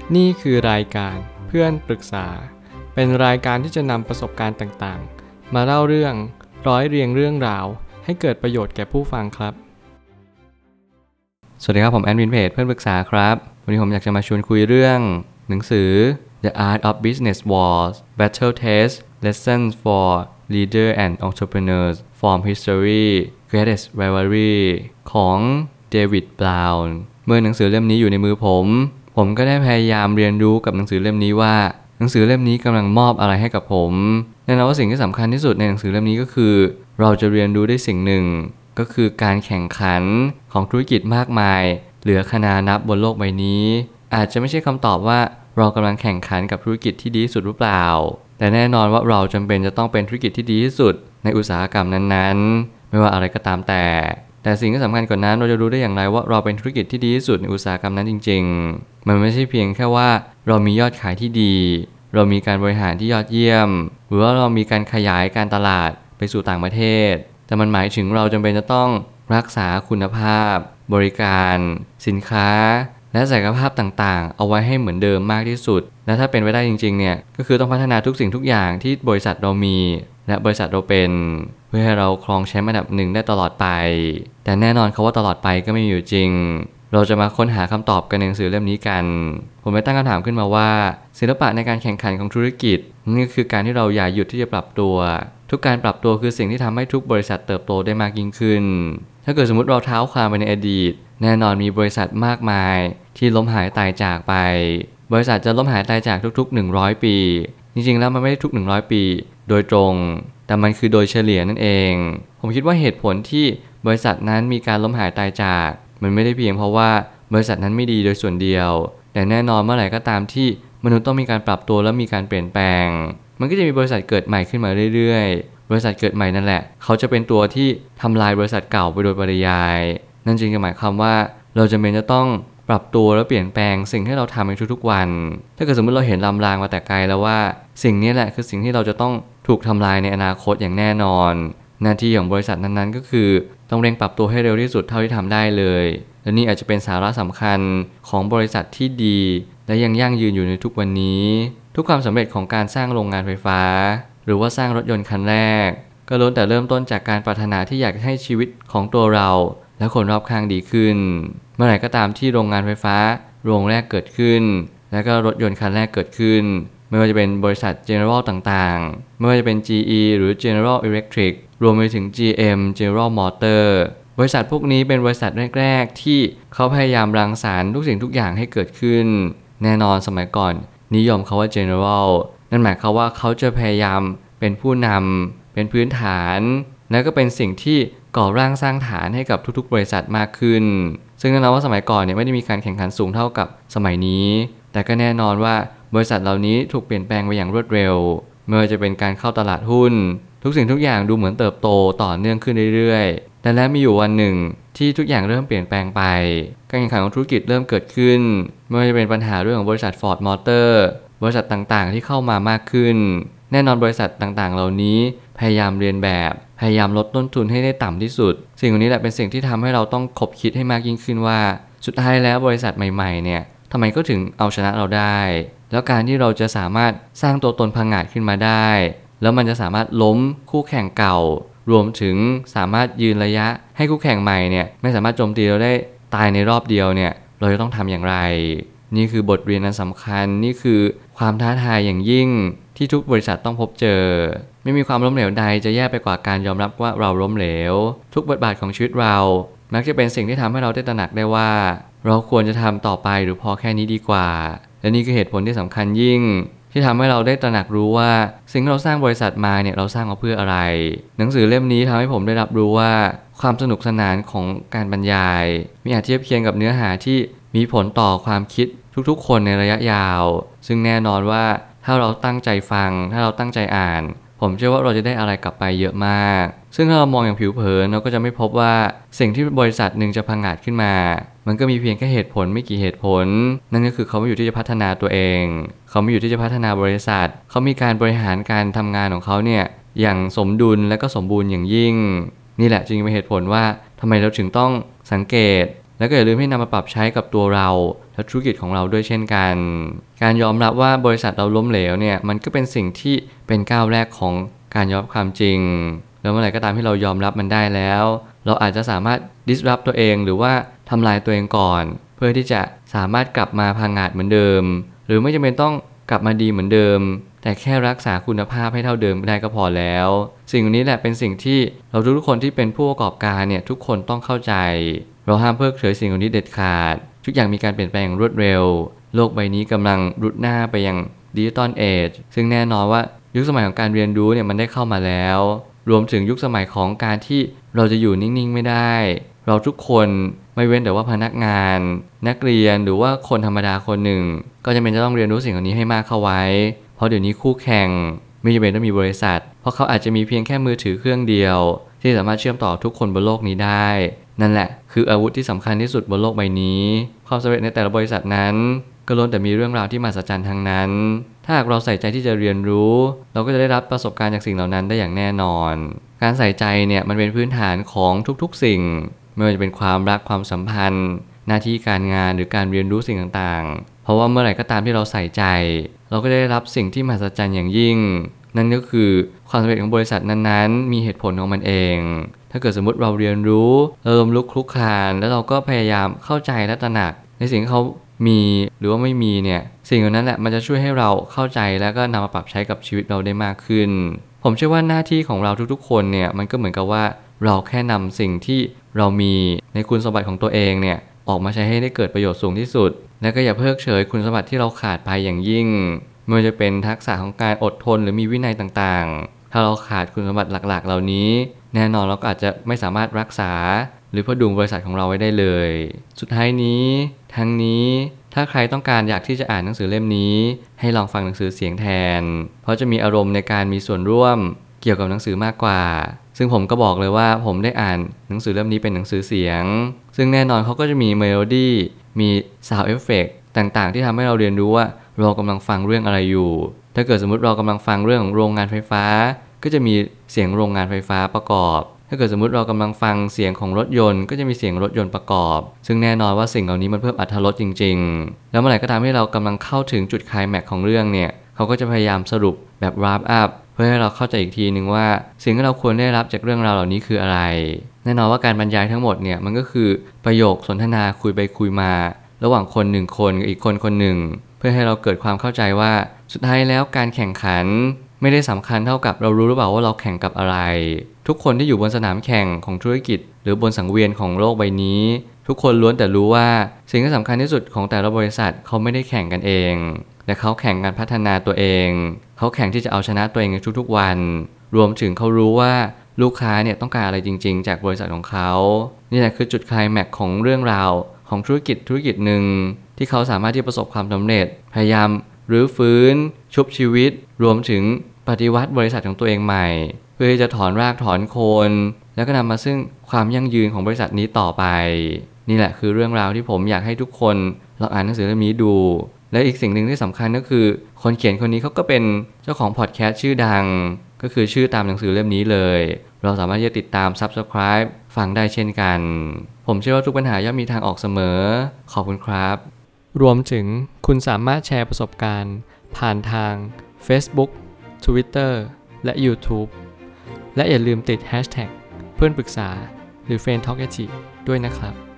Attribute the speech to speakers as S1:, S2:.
S1: นี่คือรายการเพื่อนปรึกษาเป็นรายการที่จะนำประสบการณ์ต่างๆมาเล่าเรื่องร้อยเรียงเรื่องราวให้เกิดประโยชน์แก่ผู้ฟังครับสวัสดีครับผมแอดมินเพจเพื่อนปรึกษาครับวันนี้ผมอยากจะมาชวนคุยเรื่องหนังสือ The Art of Business Wars Battle Test Lessons for Leaders and Entrepreneurs from History Greatest Rivalry ของเดวิด บราวน์เมื่อหนังสือเล่มนี้อยู่ในมือผมก็ได้พยายามเรียนรู้กับหนังสือเล่มนี้ว่าหนังสือเล่มนี้กำลังมอบอะไรให้กับผมแน่นอนว่าสิ่งที่สำคัญที่สุดในหนังสือเล่มนี้ก็คือเราจะเรียนรู้ได้สิ่งหนึ่งก็คือการแข่งขันของธุรกิจมากมายเหลือคณานับบนโลกใบนี้อาจจะไม่ใช่คำตอบว่าเรากำลังแข่งขันกับธุรกิจที่ดีที่สุดหรือเปล่าแต่แน่นอนว่าเราจำเป็นจะต้องเป็นธุรกิจที่ดีที่สุดในอุตสาหกรรมนั้นๆไม่ว่าอะไรก็ตามแต่สิ่งที่สำคัญกว่านั้นเราจะรู้ได้อย่างไรว่าเราเป็นธุรกิจที่ดีที่สุดในอุตสาหกรรมนั้นจริงๆมันไม่ใช่เพียงแค่ว่าเรามียอดขายที่ดีเรามีการบริหารที่ยอดเยี่ยมหรือว่าเรามีการขยายการตลาดไปสู่ต่างประเทศแต่มันหมายถึงเราจำเป็นจะต้องรักษาคุณภาพบริการสินค้าและศักยภาพต่างๆเอาไว้ให้เหมือนเดิมมากที่สุดและถ้าเป็นไปได้จริงๆเนี่ยก็คือต้องพัฒนาทุกสิ่งทุกอย่างที่บริษัทเรามีและบริษัทเราเป็นเพื่อให้เราครองแชมป์อันดับหนึ่งได้ตลอดไปแต่แน่นอนเขาว่าตลอดไปก็ไม่มีอยู่จริงเราจะมาค้นหาคำตอบกันในหนังสือเล่มนี้กันผมได้ตั้งคำถามขึ้นมาว่าศิลปะในการแข่งขันของธุรกิจนี่คือการที่เราอย่าหยุดที่จะปรับตัวทุกการปรับตัวคือสิ่งที่ทำให้ทุกบริษัทเติบโตได้มากยิ่งขึ้นถ้าเกิดสมมติเราเท้าความไปในอดีตแน่นอนมีบริษัทมากมายที่ล้มหายตายจากไปบริษัทจะล้มหายตายจากทุกๆ100ปีจริงๆแล้วมันไม่ได้ทุก100ปีโดยตรงแต่มันคือโดยเฉลี่ยนั่นเองผมคิดว่าเหตุผลที่บริษัทนั้นมีการล้มหายตายจากมันไม่ได้เพียงเพราะว่าบริษัทนั้นไม่ดีโดยส่วนเดียวแต่แน่นอนเมื่อไหร่ก็ตามที่มนุษย์ต้องมีการปรับตัวและมีการเปลี่ยนแปลงมันก็จะมีบริษัทเกิดใหม่ขึ้นมาเรื่อยๆบริษัทเกิดใหม่นั่นแหละเขาจะเป็นตัวที่ทำลายบริษัทเก่าไปโดยปริยายนั่นจึงจะหมายความว่าเราจำเป็นจะต้องปรับตัวและเปลี่ยนแปลงสิ่งที่เราทำในทุกๆวันถ้าเกิดสมมติเราเห็นลำรางมาแต่ไกลแล้วว่าสิ่งนี้แหละคือสิ่งที่เราจะต้องถูกทำลายในอนาคตอย่างแน่นอนหน้าที่ของบริษัทนั้นๆก็คือต้องเร่งปรับตัวให้เร็วที่สุดเท่าที่ทำได้เลยและนี่อาจจะเป็นสาระสำคัญของบริษัทที่ดีและยังยั่งยืนอยู่ในทุกวันนี้ทุกความสำเร็จของการสร้างโรงงานไฟฟ้าหรือว่าสร้างรถยนต์คันแรกก็ล้วนแต่เริ่มต้นจากการปรารถนาที่อยากให้ชีวิตของตัวเราและคนรอบข้างดีขึ้นเมื่อไหร่ก็ตามที่โรงงานไฟฟ้าโรงแรกเกิดขึ้นและก็รถยนต์คันแรกเกิดขึ้นไม่ว่าจะเป็นบริษัท General ต่างๆไม่ว่าจะเป็น GE หรือ General Electric รวมไปถึง GM General Motor บริษัทพวกนี้เป็นบริษัทแรกๆที่เขาพยายามรังสรรค์ทุกสิ่งทุกอย่างให้เกิดขึ้นแน่นอนสมัยก่อนนิยมเขาว่า General นั่นหมายความว่าเขาจะพยายามเป็นผู้นำเป็นพื้นฐานและก็เป็นสิ่งที่ก่อร่างสร้างฐานให้กับทุกๆบริษัทมากขึ้นซึ่งแน่นอนว่าสมัยก่อนเนี่ยไม่ได้มีการแข่งขันสูงเท่ากับสมัยนี้แต่ก็แน่นอนว่าบริษัทเหล่านี้ถูกเปลี่ยนแปลงไปอย่างรวดเร็วไม่ว่าจะเป็นการเข้าตลาดหุ้นทุกสิ่งทุกอย่างดูเหมือนเติบโตต่อเนื่องขึ้นเรื่อยๆแต่แล้วมีอยู่วันหนึ่งที่ทุกอย่างเริ่มเปลี่ยนแปลงไปการแข่งขันของธุรกิจเริ่มเกิดขึ้นไม่ว่าจะเป็นปัญหาเรื่องของบริษัท Ford Motor บริษัทต่างๆที่เข้ามามากขึ้นแน่นอนบริษัทต่างๆเหล่านี้พยายามเรียนแบบพยายามลดต้นทุนให้ได้ต่ำที่สุดสิ่งนี้แหละเป็นสิ่งที่ทำให้เราต้องคบคิดให้มากยิ่งขึ้นว่าสุดท้ายแล้วบริษัทใหม่ๆเนี่ยทำไมก็ถึงเอาชนะเราได้แล้วการที่เราจะสามารถสร้างตัวตนพังงาดขึ้นมาได้แล้วมันจะสามารถล้มคู่แข่งเก่ารวมถึงสามารถยืนระยะให้คู่แข่งใหม่เนี่ยไม่สามารถโจมตีเราได้ตายในรอบเดียวเนี่ยเราจะต้องทำอย่างไรนี่คือบทเรียนอันสำคัญนี่คือความท้าทายอย่างยิ่งที่ทุกบริษัทต้องพบเจอไม่มีความล้มเหลวใดจะแย่ไปกว่าการยอมรับว่าเราล้มเหลวทุกบทบาทของชีวิตเรามักจะเป็นสิ่งที่ทำให้เราได้ตระหนักได้ว่าเราควรจะทำต่อไปหรือพอแค่นี้ดีกว่าและนี่คือเหตุผลที่สำคัญยิ่งที่ทำให้เราได้ตระหนักรู้ว่าสิ่งที่เราสร้างบริษัทมาเนี่ยเราสร้างมาเพื่ออะไรหนังสือเล่มนี้ทำให้ผมได้รับรู้ว่าความสนุกสนานของการบรรยายมีอาจเทียบเคียงกับเนื้อหาที่มีผลต่อความคิดทุกๆคนในระยะยาวซึ่งแน่นอนว่าถ้าเราตั้งใจฟังถ้าเราตั้งใจอ่านผมเชื่อว่าเราจะได้อะไรกลับไปเยอะมากซึ่งถ้าเรามองอย่างผิวเผินเราก็จะไม่พบว่าสิ่งที่บริษัทหนึ่งจะพังงาดขึ้นมามันก็มีเพียงแค่เหตุผลไม่กี่เหตุผลนั่นก็คือเขาไม่อยู่ที่จะพัฒนาตัวเองเขาไม่อยู่ที่จะพัฒนาบริษัทเขามีการบริหารการทำงานของเขาเนี่ยอย่างสมดุลและก็สมบูรณ์อย่างยิ่งนี่แหละจึงเป็นเหตุผลว่าทำไมเราถึงต้องสังเกตแล้วก็อย่าลืมให้นำมาปรับใช้กับตัวเราและธุรกิจของเราด้วยเช่นกันการยอมรับว่าบริษัทเราล้มเหลวเนี่ยมันก็เป็นสิ่งที่เป็นก้าวแรกของการยอมรับความจริงแล้วเมื่อไหร่ก็ตามที่เรายอมรับมันได้แล้วเราอาจจะสามารถ disrupt ตัวเองหรือว่าทำลายตัวเองก่อนเพื่อที่จะสามารถกลับมาพังงาดเหมือนเดิมหรือไม่จำเป็นต้องกลับมาดีเหมือนเดิมแต่แค่รักษาคุณภาพให้เท่าเดิมได้ก็พอแล้วสิ่งนี้แหละเป็นสิ่งที่เราทุกคนที่เป็นผู้ประกอบการเนี่ยทุกคนต้องเข้าใจเราห้ามเพิกเฉยสิ่งนี้เด็ดขาดทุกอย่างมีการเปลี่ยนแปลงรวดเร็วโลกใบนี้กำลังรุดหน้าไปยังดิจิตอลเอจซึ่งแน่นอนว่ายุคสมัยของการเรียนรู้เนี่ยมันได้เข้ามาแล้วรวมถึงยุคสมัยของการที่เราจะอยู่นิ่งๆไม่ได้เราทุกคนไม่เว้นแต่ว่าพนักงานนักเรียนหรือว่าคนธรรมดาคนหนึ่งก็จะเป็นจะต้องเรียนรู้สิ่งเหล่านี้ให้มากเข้าไว้เพราะเดี๋ยวนี้คู่แข่งไม่จำเป็นต้องมีบริษัทเพราะเขาอาจจะมีเพียงแค่มือถือเครื่องเดียวที่สามารถเชื่อมต่อทุกคนบนโลกนี้ได้นั่นแหละคืออาวุธที่สำคัญที่สุดบนโลกใบนี้ความสำเร็จในแต่ละบริษัทนั้นก็ล้วนแต่มีเรื่องราวที่มหัศจรรย์ทั้งนั้นถ้าหากเราใส่ใจที่จะเรียนรู้เราก็จะได้รับประสบการณ์จากสิ่งเหล่านั้นได้อย่างแน่นอนการใส่ใจเนี่ยมันเป็นพื้นฐานของทุกๆสิ่งไม่ว่าจะเป็นความรักความสัมพันธ์หน้าที่การงานหรือการเรียนรู้สิ่งต่างๆเพราะว่าเมื่อไหร่ก็ตามที่เราใส่ใจเราก็ได้รับสิ่งที่มหัศจรรย์อย่างยิ่งนั่นก็คือความสำเร็จของบริษัทนั้นๆมีเหตุผลของมันเองถ้าเกิดสมมติเราเรียนรู้เราล้มลุกคลุกคลานแล้วเราก็พยายามเข้าใจและตระหนักในสิ่งที่เขามีหรือว่าไม่มีเนี่ยสิ่งเหล่านั้นแหละมันจะช่วยให้เราเข้าใจแล้วก็นำมาปรับใช้กับชีวิตเราได้มากขึ้นผมเชื่อว่าหน้าที่ของเราทุกๆคนเนี่ยมันก็เหมือนกับว่าเราแค่นำสิ่งที่เรามีในคุณสมบัติของตัวเองเนี่ยออกมาใช้ให้ได้เกิดประโยชน์สูงที่สุดและก็อย่าเพิกเฉยคุณสมบัติที่เราขาดไปอย่างยิ่งไม่ว่าจะเป็นทักษะของการอดทนหรือมีวินัยต่างๆถ้าเราขาดคุณสมบัติหลักๆเหล่านี้แน่นอนเราก็อาจจะไม่สามารถรักษาหรือพดุงบริษัทของเราไว้ได้เลยสุดท้ายนี้ทั้งนี้ถ้าใครต้องการอยากที่จะอ่านหนังสือเล่มนี้ให้ลองฟังหนังสือเสียงแทนเพราะจะมีอารมณ์ในการมีส่วนร่วมเกี่ยวกับหนังสือมากกว่าซึ่งผมก็บอกเลยว่าผมได้อ่านหนังสือเล่มนี้เป็นหนังสือเสียงซึ่งแน่นอนเขาก็จะมีเมโลดี้มีซาวด์เอฟเฟกต์ต่างๆที่ทำให้เราเรียนรู้ว่าเรากำลังฟังเรื่องอะไรอยู่ถ้าเกิดสมมุติเรากำลังฟังเรื่องของโรงงานไฟฟ้าก็จะมีเสียงโรงงานไฟฟ้าประกอบถ้าเกิดสมมุติเรากำลังฟังเสียงของรถยนต์ก็จะมีเสียงรถยนต์ประกอบซึ่งแน่นอนว่าสิ่งเหล่านี้มันเพิ่มอรรถรสจริงๆแล้วเมื่อไหร่ก็ตามที่เรากำลังเข้าถึงจุดไคลแม็กซ์ของเรื่องเนี่ยเขาก็จะพยายามสรุปแบบ wrap up เพื่อให้เราเข้าใจอีกทีนึงว่าสิ่งที่เราควรได้รับจากเรื่องราวเหล่านี้คืออะไรแน่นอนว่าการบรรยายทั้งหมดเนี่ยมันก็คือประโยคสนทนาคุยไปคุยมาระหว่างคนหนึ่งคนกับอีกคนหนึ่งเพื่อให้เราเกิดความเข้าใจว่าสุดท้ายแล้วการแข่งขันไม่ได้สำคัญเท่ากับเรารู้หรือเปล่าว่าเราแข่งกับอะไรทุกคนที่อยู่บนสนามแข่งของธุรกิจหรือบนสังเวียนของโลกใบนี้ทุกคนล้วนแต่รู้ว่าสิ่งที่สำคัญที่สุดของแต่ละบริษัทเขาไม่ได้แข่งกันเองแต่เขาแข่งกันพัฒนาตัวเองเขาแข่งที่จะเอาชนะตัวเองในทุกๆวันรวมถึงเขารู้ว่าลูกค้าเนี่ยต้องการอะไรจริงๆจากบริษัทของเขานี่แหละคือจุดไคลแม็กซ์ของเรื่องราวของธุรกิจหนึ่งที่เขาสามารถที่ประสบความสำเร็จพยายามรื้อฟื้นชุบชีวิตรวมถึงปฏิวัติบริษัทของตัวเองใหม่เพื่อที่จะถอนรากถอนโคนแล้วก็นำมาซึ่งความยั่งยืนของบริษัทนี้ต่อไปนี่แหละคือเรื่องราวที่ผมอยากให้ทุกคนลองอ่านหนังสือเล่มนี้ดูและอีกสิ่งหนึ่งที่สำคัญก็คือคนเขียนคนนี้เขาก็เป็นเจ้าของพอดแคสต์ชื่อดังก็คือชื่อตามหนังสือเล่มนี้เลยเราสามารถที่จะติดตาม Subscribe ฟังได้เช่นกันผมเชื่อว่าทุกปัญหาย่อมมีทางออกเสมอขอบคุณครับรวมถึงคุณสามารถแชร์ประสบการณ์ผ่านทาง Facebook Twitter และ YouTube และอย่าลืมติด Hashtag เพื่อนปรึกษาหรือ Friend Talk ด้วยนะครับ